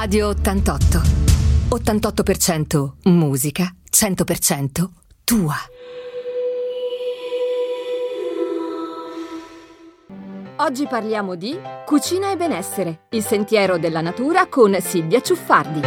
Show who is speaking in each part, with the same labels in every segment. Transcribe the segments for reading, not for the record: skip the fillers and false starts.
Speaker 1: Radio 88. 88% musica, 100% tua.
Speaker 2: Oggi parliamo di cucina e benessere, il sentiero della natura con Silvia Ciuffardi.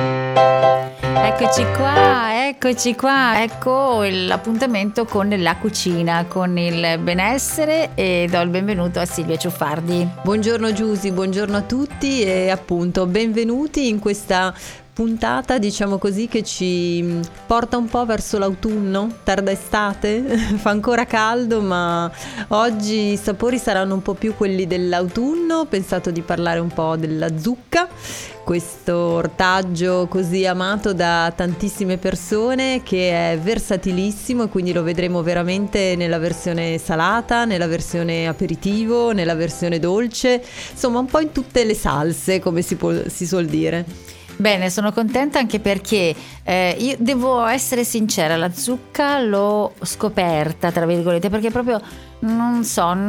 Speaker 3: Eccoci qua, ecco l'appuntamento con la cucina, con il benessere, e do il benvenuto a Silvia Ciuffardi.
Speaker 4: Buongiorno Giusy, buongiorno a tutti e appunto benvenuti in questa puntata, diciamo così, che ci porta un po' verso l'autunno, tarda estate, fa ancora caldo, ma oggi i sapori saranno un po' più quelli dell'autunno. Ho pensato di parlare un po' della zucca, questo ortaggio così amato da tantissime persone, che è versatilissimo, e quindi lo vedremo veramente nella versione salata, nella versione aperitivo, nella versione dolce, insomma un po' in tutte le salse, come si suol dire.
Speaker 3: Bene, sono contenta anche perché io devo essere sincera, la zucca l'ho scoperta, tra virgolette, perché proprio non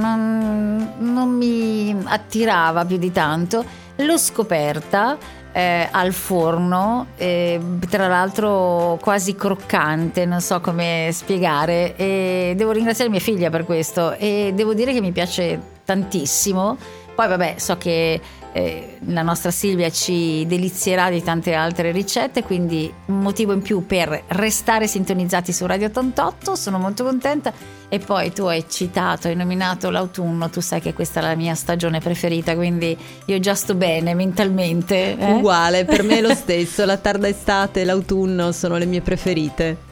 Speaker 3: mi attirava più di tanto. L'ho scoperta al forno, tra l'altro quasi croccante, non so come spiegare, e devo ringraziare mia figlia per questo, e devo dire che mi piace tantissimo. Poi vabbè, so che la nostra Silvia ci delizierà di tante altre ricette, quindi un motivo in più per restare sintonizzati su Radio 88. Sono molto contenta. E poi tu hai nominato l'autunno, tu sai che questa è la mia stagione preferita, quindi io già sto bene mentalmente.
Speaker 4: Uguale, per me è lo stesso, la tarda estate e l'autunno sono le mie preferite.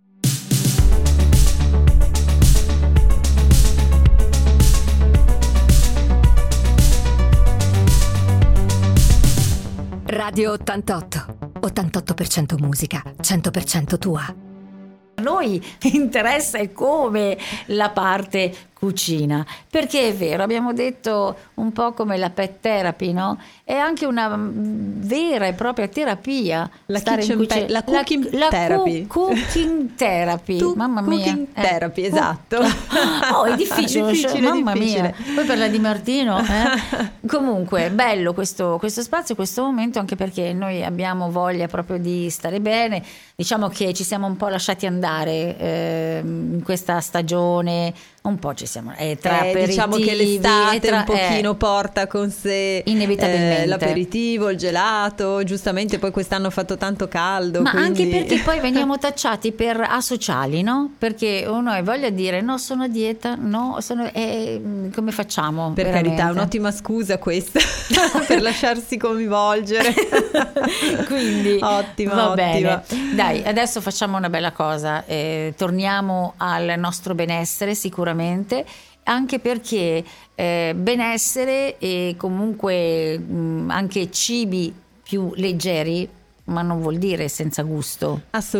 Speaker 1: Radio 88. 88% musica, 100% tua.
Speaker 3: A noi interessa e come la parte cucina, perché è vero, abbiamo detto un po' come la pet therapy, no? È anche una vera e propria terapia.
Speaker 4: La cooking therapy.
Speaker 3: Cooking therapy, mamma mia.
Speaker 4: Cooking therapy, esatto.
Speaker 3: Oh, è difficile, mamma mia. Poi parla di Martino. Comunque, bello questo spazio, questo momento, anche perché noi abbiamo voglia proprio di stare bene. Diciamo che ci siamo un po' lasciati andare in questa stagione, un po' ci siamo tra aperitivi,
Speaker 4: diciamo che l'estate un pochino porta con sé
Speaker 3: inevitabilmente
Speaker 4: l'aperitivo, il gelato, giustamente poi quest'anno ha fatto tanto caldo,
Speaker 3: ma
Speaker 4: quindi...
Speaker 3: anche perché poi veniamo tacciati per asociali, no? Perché uno ha voglia di dire no, sono a dieta, no, come facciamo?
Speaker 4: Per
Speaker 3: veramente?
Speaker 4: carità, un'ottima scusa questa per lasciarsi coinvolgere.
Speaker 3: Quindi
Speaker 4: ottima.
Speaker 3: Bene. Dai, adesso facciamo una bella cosa, torniamo al nostro benessere sicuramente, anche perché benessere e comunque
Speaker 4: anche
Speaker 3: cibi più leggeri, ma non vuol dire senza gusto.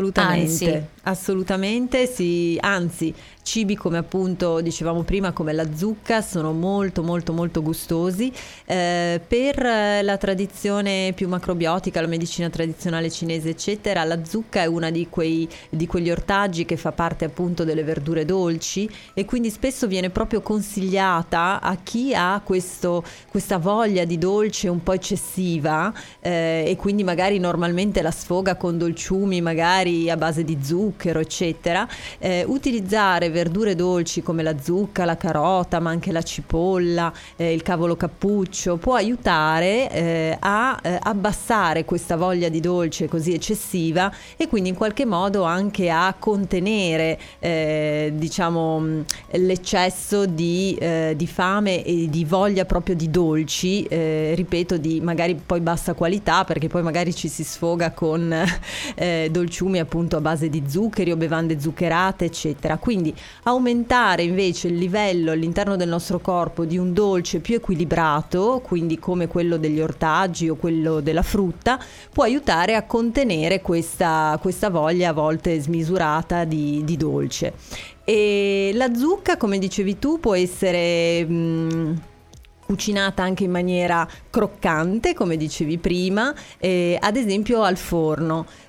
Speaker 4: Assolutamente sì, anzi cibi come appunto dicevamo prima, come la zucca, sono molto molto molto gustosi. Per la tradizione più macrobiotica, la medicina tradizionale cinese eccetera, la zucca è una di quegli ortaggi che fa parte appunto delle verdure dolci, e quindi spesso viene proprio consigliata a chi ha questa voglia di dolce un po' eccessiva, e quindi magari normalmente la sfoga con dolciumi magari a base di zucchero eccetera. Utilizzare verdure dolci come la zucca, la carota, ma anche la cipolla, il cavolo cappuccio può aiutare a abbassare questa voglia di dolce così eccessiva, e quindi in qualche modo anche a contenere diciamo l'eccesso di fame e di voglia proprio di dolci, ripeto, di magari poi bassa qualità, perché poi magari ci si sfoga con dolciumi appunto a base di zuccheri o bevande zuccherate eccetera. Quindi aumentare invece il livello all'interno del nostro corpo di un dolce più equilibrato, quindi come quello degli ortaggi o quello della frutta, può aiutare a contenere questa voglia a volte smisurata di dolce. E la zucca, come dicevi tu, può essere cucinata anche in maniera croccante, come dicevi prima, ad esempio al forno.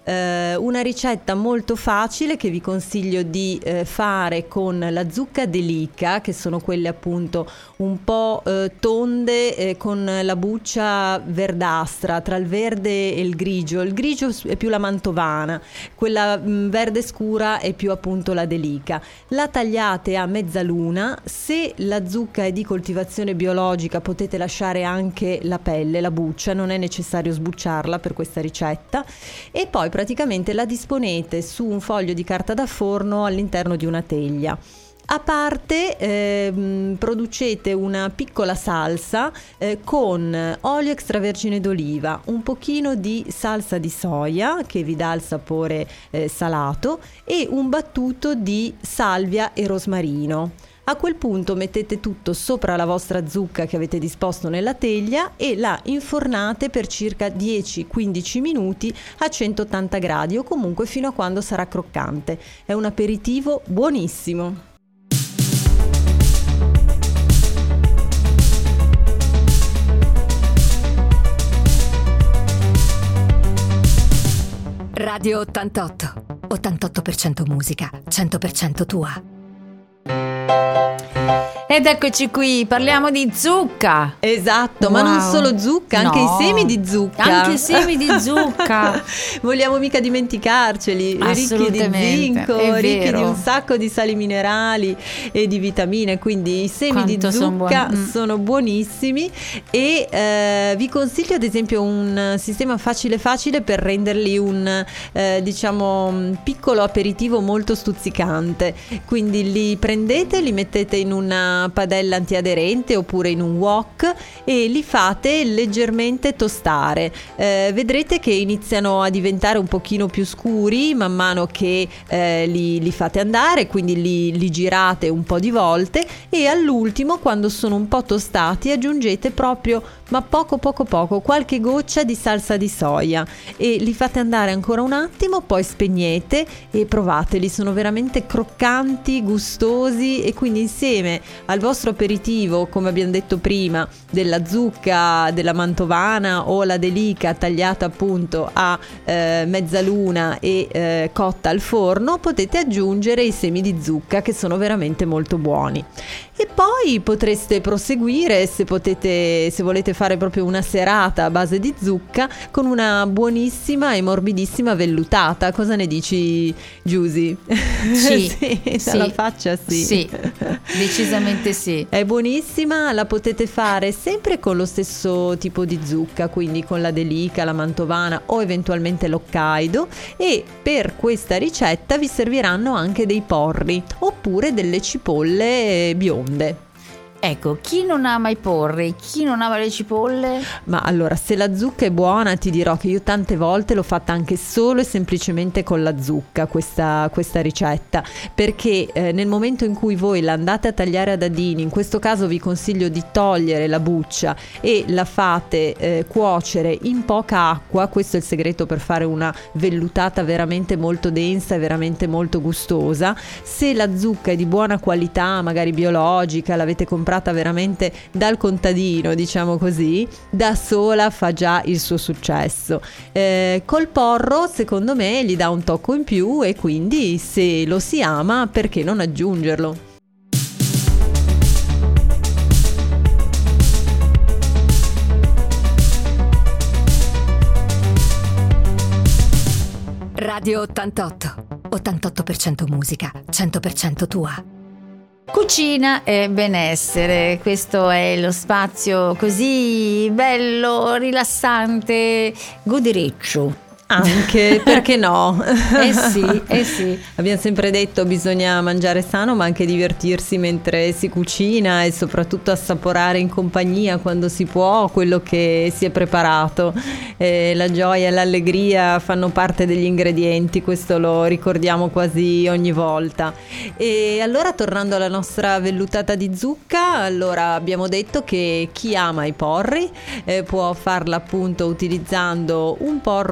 Speaker 4: una ricetta molto facile che vi consiglio di fare con la zucca delica, che sono quelle appunto un po' tonde, con la buccia verdastra, tra il verde e il grigio. Il grigio è più la mantovana, quella verde scura è più appunto la delica. La tagliate a mezzaluna. Se la zucca è di coltivazione biologica potete lasciare anche la pelle, la buccia, non è necessario sbucciarla per questa ricetta, e poi praticamente la disponete su un foglio di carta da forno all'interno di una teglia. A parte producete una piccola salsa con olio extravergine d'oliva, un pochino di salsa di soia che vi dà il sapore salato e un battuto di salvia e rosmarino. A quel punto mettete tutto sopra la vostra zucca che avete disposto nella teglia e la infornate per circa 10-15 minuti a 180 gradi o comunque fino a quando sarà croccante. È un aperitivo buonissimo.
Speaker 1: Radio 88. 88% musica, 100% tua.
Speaker 3: Ed eccoci qui, parliamo di zucca.
Speaker 4: Esatto,
Speaker 3: Wow.
Speaker 4: ma non solo zucca, anche
Speaker 3: No.
Speaker 4: i semi di zucca.
Speaker 3: Anche i semi di zucca.
Speaker 4: Vogliamo mica dimenticarceli, ricchi di
Speaker 3: Assolutamente,
Speaker 4: zinco,
Speaker 3: è
Speaker 4: ricchi di
Speaker 3: vero.
Speaker 4: un sacco di sali minerali e di vitamine, quindi i semi
Speaker 3: Quanto
Speaker 4: di
Speaker 3: son
Speaker 4: zucca
Speaker 3: buoni.
Speaker 4: sono buonissimi e vi consiglio ad esempio un sistema facile per renderli un piccolo aperitivo molto stuzzicante. Quindi li prendete, li mettete in una padella antiaderente oppure in un wok e li fate leggermente tostare. Vedrete che iniziano a diventare un pochino più scuri man mano che li fate andare, quindi li girate un po' di volte e all'ultimo, quando sono un po' tostati, aggiungete proprio, ma poco, qualche goccia di salsa di soia e li fate andare ancora un attimo, poi spegnete e provateli, sono veramente croccanti, gustosi e quindi insieme al vostro aperitivo, come abbiamo detto prima, della zucca, della mantovana o la delica tagliata appunto a mezzaluna e cotta al forno, potete aggiungere i semi di zucca che sono veramente molto buoni. E poi potreste proseguire, se volete fare proprio una serata a base di zucca, con una buonissima e morbidissima vellutata. Cosa ne dici, Giusy?
Speaker 3: Sì,
Speaker 4: sì,
Speaker 3: sì.
Speaker 4: dalla faccia sì.
Speaker 3: Sì, decisamente sì.
Speaker 4: È buonissima, la potete fare sempre con lo stesso tipo di zucca, quindi con la delica, la mantovana o eventualmente l'Hokkaido, e per questa ricetta vi serviranno anche dei porri oppure delle cipolle bionde.
Speaker 3: Ecco, chi non ama i porri, chi non ama le cipolle?
Speaker 4: Ma allora, se la zucca è buona, ti dirò che io tante volte l'ho fatta anche solo e semplicemente con la zucca questa ricetta, perché nel momento in cui voi la andate a tagliare a dadini, in questo caso vi consiglio di togliere la buccia e la fate cuocere in poca acqua. Questo è il segreto per fare una vellutata veramente molto densa e veramente molto gustosa. Se la zucca è di buona qualità, magari biologica, l'avete comprata veramente dal contadino, diciamo così, da sola fa già il suo successo. Col porro secondo me gli dà un tocco in più e quindi se lo si ama, perché non aggiungerlo?
Speaker 1: Radio 88. 88% musica, 100% tua.
Speaker 3: Cucina e benessere, questo è lo spazio così bello, rilassante, godereccio.
Speaker 4: Anche, perché no?
Speaker 3: Eh sì.
Speaker 4: Abbiamo sempre detto bisogna mangiare sano ma anche divertirsi mentre si cucina e soprattutto assaporare in compagnia, quando si può, quello che si è preparato. La gioia e l'allegria fanno parte degli ingredienti, questo lo ricordiamo quasi ogni volta. E allora, tornando alla nostra vellutata di zucca, allora abbiamo detto che chi ama i porri può farla appunto utilizzando un porro tagliato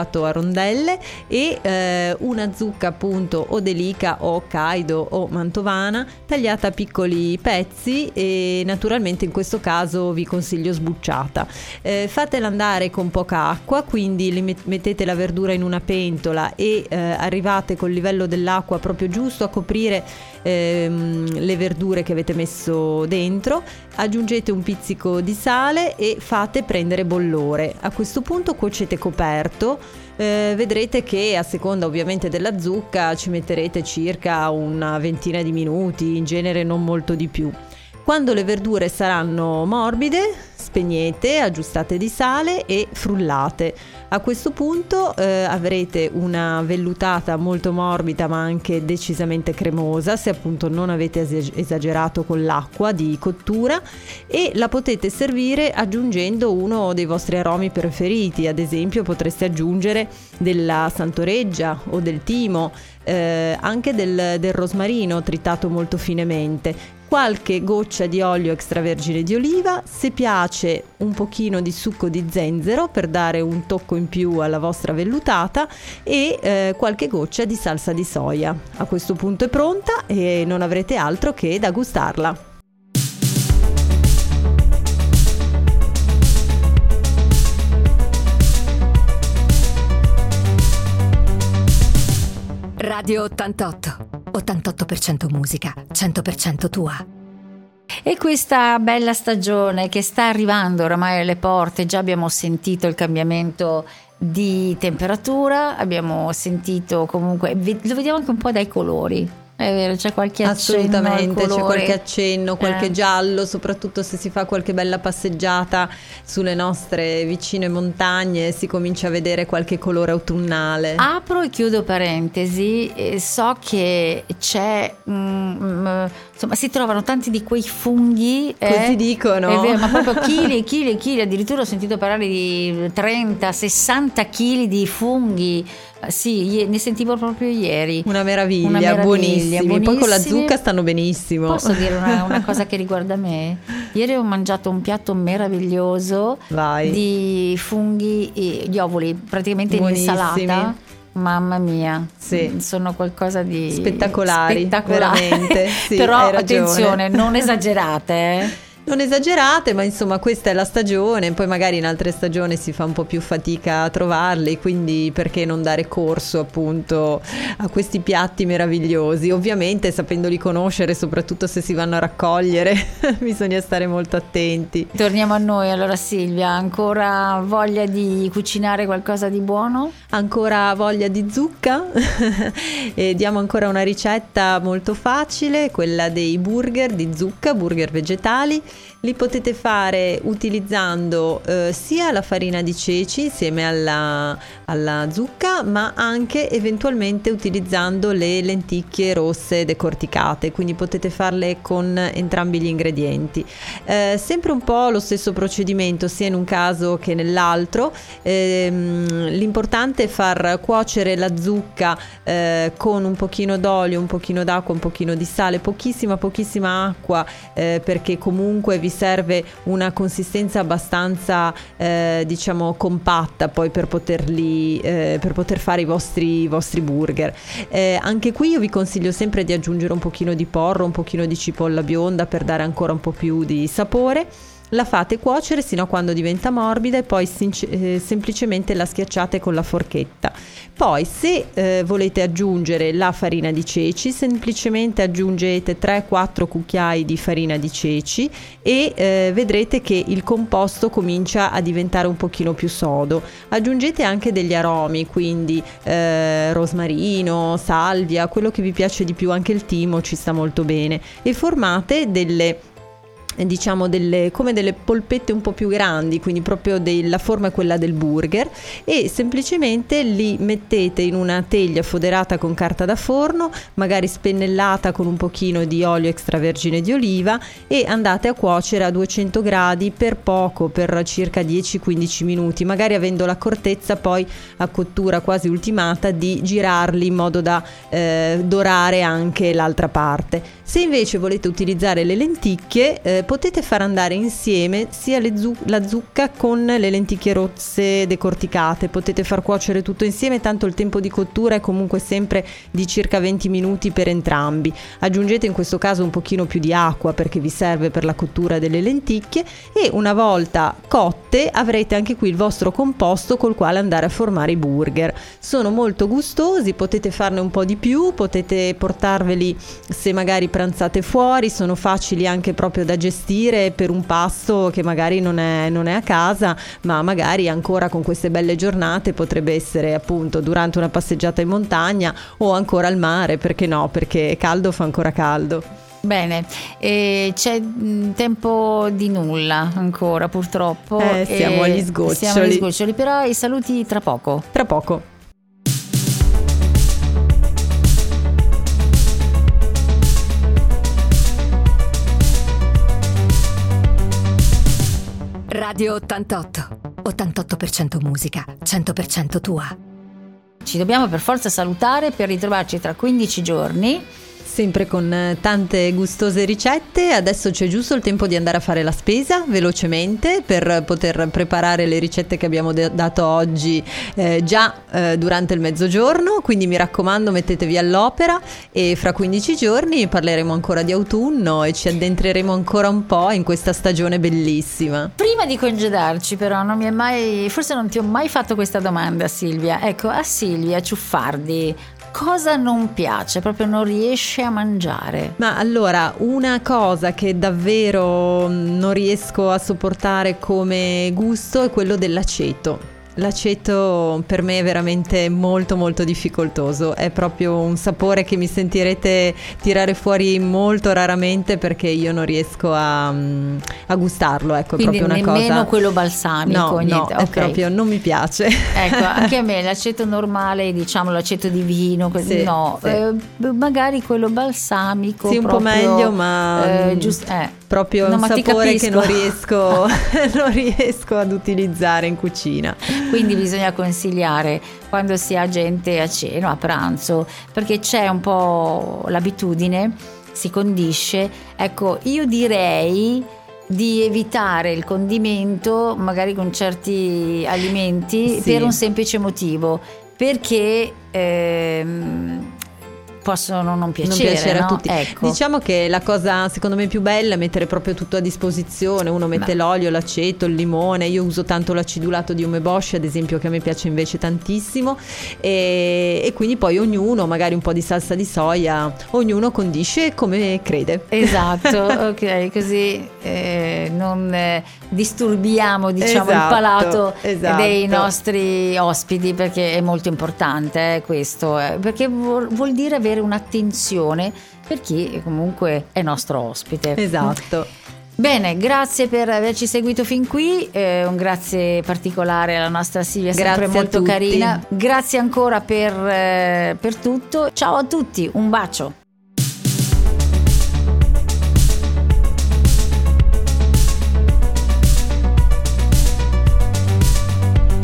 Speaker 4: tagliato a rondelle e una zucca appunto o delica o hokkaido o mantovana tagliata a piccoli pezzi, e naturalmente in questo caso vi consiglio sbucciata. Fatela andare con poca acqua, quindi mettete la verdura in una pentola e arrivate col livello dell'acqua proprio giusto a coprire le verdure che avete messo dentro. Aggiungete un pizzico di sale e fate prendere bollore. A questo punto cuocete coperto. Vedrete che a seconda ovviamente della zucca ci metterete circa una ventina di minuti, in genere non molto di più. Quando le verdure saranno morbide, spegnete, aggiustate di sale e frullate. A questo punto avrete una vellutata molto morbida ma anche decisamente cremosa, se appunto non avete esagerato con l'acqua di cottura, e la potete servire aggiungendo uno dei vostri aromi preferiti. Ad esempio potreste aggiungere della santoreggia o del timo, anche del rosmarino tritato molto finemente, qualche goccia di olio extravergine di oliva, se piace un pochino di succo di zenzero per dare un tocco in più alla vostra vellutata, e qualche goccia di salsa di soia. A questo punto è pronta e non avrete altro che da gustarla.
Speaker 1: Radio 88. 88% musica, 100% tua.
Speaker 3: E questa bella stagione che sta arrivando oramai alle porte, già abbiamo sentito il cambiamento di temperatura, abbiamo sentito comunque, lo vediamo anche un po' dai colori. È vero, c'è qualche accenno al
Speaker 4: assolutamente,
Speaker 3: colore.
Speaker 4: c'è qualche accenno, qualche giallo, soprattutto se si fa qualche bella passeggiata sulle nostre vicine montagne, si comincia a vedere qualche colore autunnale.
Speaker 3: Apro e chiudo parentesi, so che c'è, insomma, si trovano tanti di quei funghi.
Speaker 4: Così dicono.
Speaker 3: È vero, ma proprio chili e chili e chili, addirittura ho sentito parlare di 30-60 chili di funghi. Sì, ne sentivo proprio ieri.
Speaker 4: Una meraviglia, buonissimi. Poi con la zucca stanno benissimo.
Speaker 3: Posso dire una cosa che riguarda me? Ieri ho mangiato un piatto meraviglioso di funghi e di ovuli, praticamente in insalata. Mamma mia, sì. Sono qualcosa di spettacolari.
Speaker 4: Veramente. Sì,
Speaker 3: però attenzione, non esagerate,
Speaker 4: Non esagerate, ma insomma questa è la stagione, poi magari in altre stagioni si fa un po' più fatica a trovarli, quindi perché non dare corso appunto a questi piatti meravigliosi, ovviamente sapendoli conoscere, soprattutto se si vanno a raccogliere, bisogna stare molto attenti.
Speaker 3: Torniamo a noi allora. Silvia, ancora voglia di cucinare qualcosa di buono?
Speaker 4: Ancora voglia di zucca? E diamo ancora una ricetta molto facile, quella dei burger di zucca, burger vegetali. Li potete fare utilizzando sia la farina di ceci insieme alla zucca, ma anche eventualmente utilizzando le lenticchie rosse decorticate, quindi potete farle con entrambi gli ingredienti. Sempre un po' lo stesso procedimento sia in un caso che nell'altro. L'importante è far cuocere la zucca con un pochino d'olio, un pochino d'acqua, un pochino di sale, pochissima acqua, perché comunque vi serve una consistenza abbastanza diciamo compatta poi per poter fare i vostri burger. Anche qui io vi consiglio sempre di aggiungere un pochino di porro, un pochino di cipolla bionda per dare ancora un po' più di sapore. La fate cuocere sino a quando diventa morbida e poi semplicemente la schiacciate con la forchetta. Poi se volete aggiungere la farina di ceci, semplicemente aggiungete 3-4 cucchiai di farina di ceci e vedrete che il composto comincia a diventare un pochino più sodo. Aggiungete anche degli aromi, quindi rosmarino, salvia, quello che vi piace di più, anche il timo ci sta molto bene, e formate come delle polpette un po' più grandi, quindi proprio la forma è quella del burger, e semplicemente li mettete in una teglia foderata con carta da forno, magari spennellata con un pochino di olio extravergine di oliva, e andate a cuocere a 200 gradi per poco, per circa 10-15 minuti, magari avendo l'accortezza poi a cottura quasi ultimata di girarli in modo da dorare anche l'altra parte. Se invece volete utilizzare le lenticchie, potete far andare insieme sia la zucca con le lenticchie rosse decorticate, potete far cuocere tutto insieme, tanto il tempo di cottura è comunque sempre di circa 20 minuti per entrambi. Aggiungete in questo caso un pochino più di acqua perché vi serve per la cottura delle lenticchie, e una volta cotte avrete anche qui il vostro composto col quale andare a formare i burger. Sono molto gustosi, potete farne un po' di più, potete portarveli se magari pranzate fuori, sono facili anche proprio da gestire per un pasto che magari non è a casa, ma magari ancora con queste belle giornate potrebbe essere appunto durante una passeggiata in montagna o ancora al mare, perché no, perché caldo fa ancora caldo.
Speaker 3: Bene, c'è tempo di nulla ancora purtroppo.
Speaker 4: Siamo agli sgoccioli.
Speaker 3: Però i saluti tra poco.
Speaker 4: Tra poco.
Speaker 1: Radio 88. 88% musica, 100% tua.
Speaker 3: Ci dobbiamo per forza salutare per ritrovarci tra 15 giorni.
Speaker 4: Sempre con tante gustose ricette. Adesso c'è giusto il tempo di andare a fare la spesa velocemente per poter preparare le ricette che abbiamo dato oggi già durante il mezzogiorno, quindi mi raccomando, mettetevi all'opera, e fra 15 giorni parleremo ancora di autunno e ci addentreremo ancora un po' in questa stagione bellissima.
Speaker 3: Prima di congedarci però forse non ti ho mai fatto questa domanda, Silvia. Ecco, a Silvia Ciuffardi cosa non piace, proprio non riesce a mangiare?
Speaker 4: Ma allora, una cosa che davvero non riesco a sopportare come gusto è quello dell'aceto. L'aceto per me è veramente molto molto difficoltoso, è proprio un sapore che mi sentirete tirare fuori molto raramente perché io non riesco a gustarlo, ecco.
Speaker 3: Quindi
Speaker 4: è proprio una
Speaker 3: nemmeno
Speaker 4: cosa...
Speaker 3: quello balsamico?
Speaker 4: No, è proprio, non mi piace.
Speaker 3: Ecco, anche a me l'aceto normale, diciamo l'aceto di vino,
Speaker 4: sì,
Speaker 3: no,
Speaker 4: sì.
Speaker 3: Magari quello balsamico
Speaker 4: sì, un
Speaker 3: proprio,
Speaker 4: po' meglio, ma proprio
Speaker 3: no,
Speaker 4: un sapore che non
Speaker 3: capisco.
Speaker 4: riesco ad utilizzare in cucina.
Speaker 3: Quindi bisogna consigliare quando si ha gente a cena, a pranzo, perché c'è un po' l'abitudine, si condisce. Ecco, io direi di evitare il condimento magari con certi alimenti,
Speaker 4: sì,
Speaker 3: per un semplice motivo, perché possono non piacere,
Speaker 4: a
Speaker 3: no?
Speaker 4: tutti.
Speaker 3: Ecco.
Speaker 4: Diciamo che la cosa secondo me più bella è mettere proprio tutto a disposizione. Uno mette l'olio, l'aceto, il limone. Io uso tanto l'acidulato di umeboshi, ad esempio, che a me piace invece tantissimo, e quindi poi ognuno, magari un po' di salsa di soia, ognuno condisce come crede.
Speaker 3: Esatto, ok, così non disturbiamo, diciamo, il palato dei nostri ospiti, perché è molto importante questo, perché vuol dire avere un'attenzione per chi comunque è nostro ospite.
Speaker 4: Esatto.
Speaker 3: Bene, grazie per averci seguito fin qui, un grazie particolare alla nostra Silvia, sempre molto carina. Grazie ancora per tutto. Ciao a tutti, un bacio.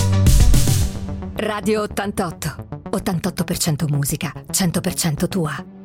Speaker 1: Radio 88. 88% musica, 100% tua.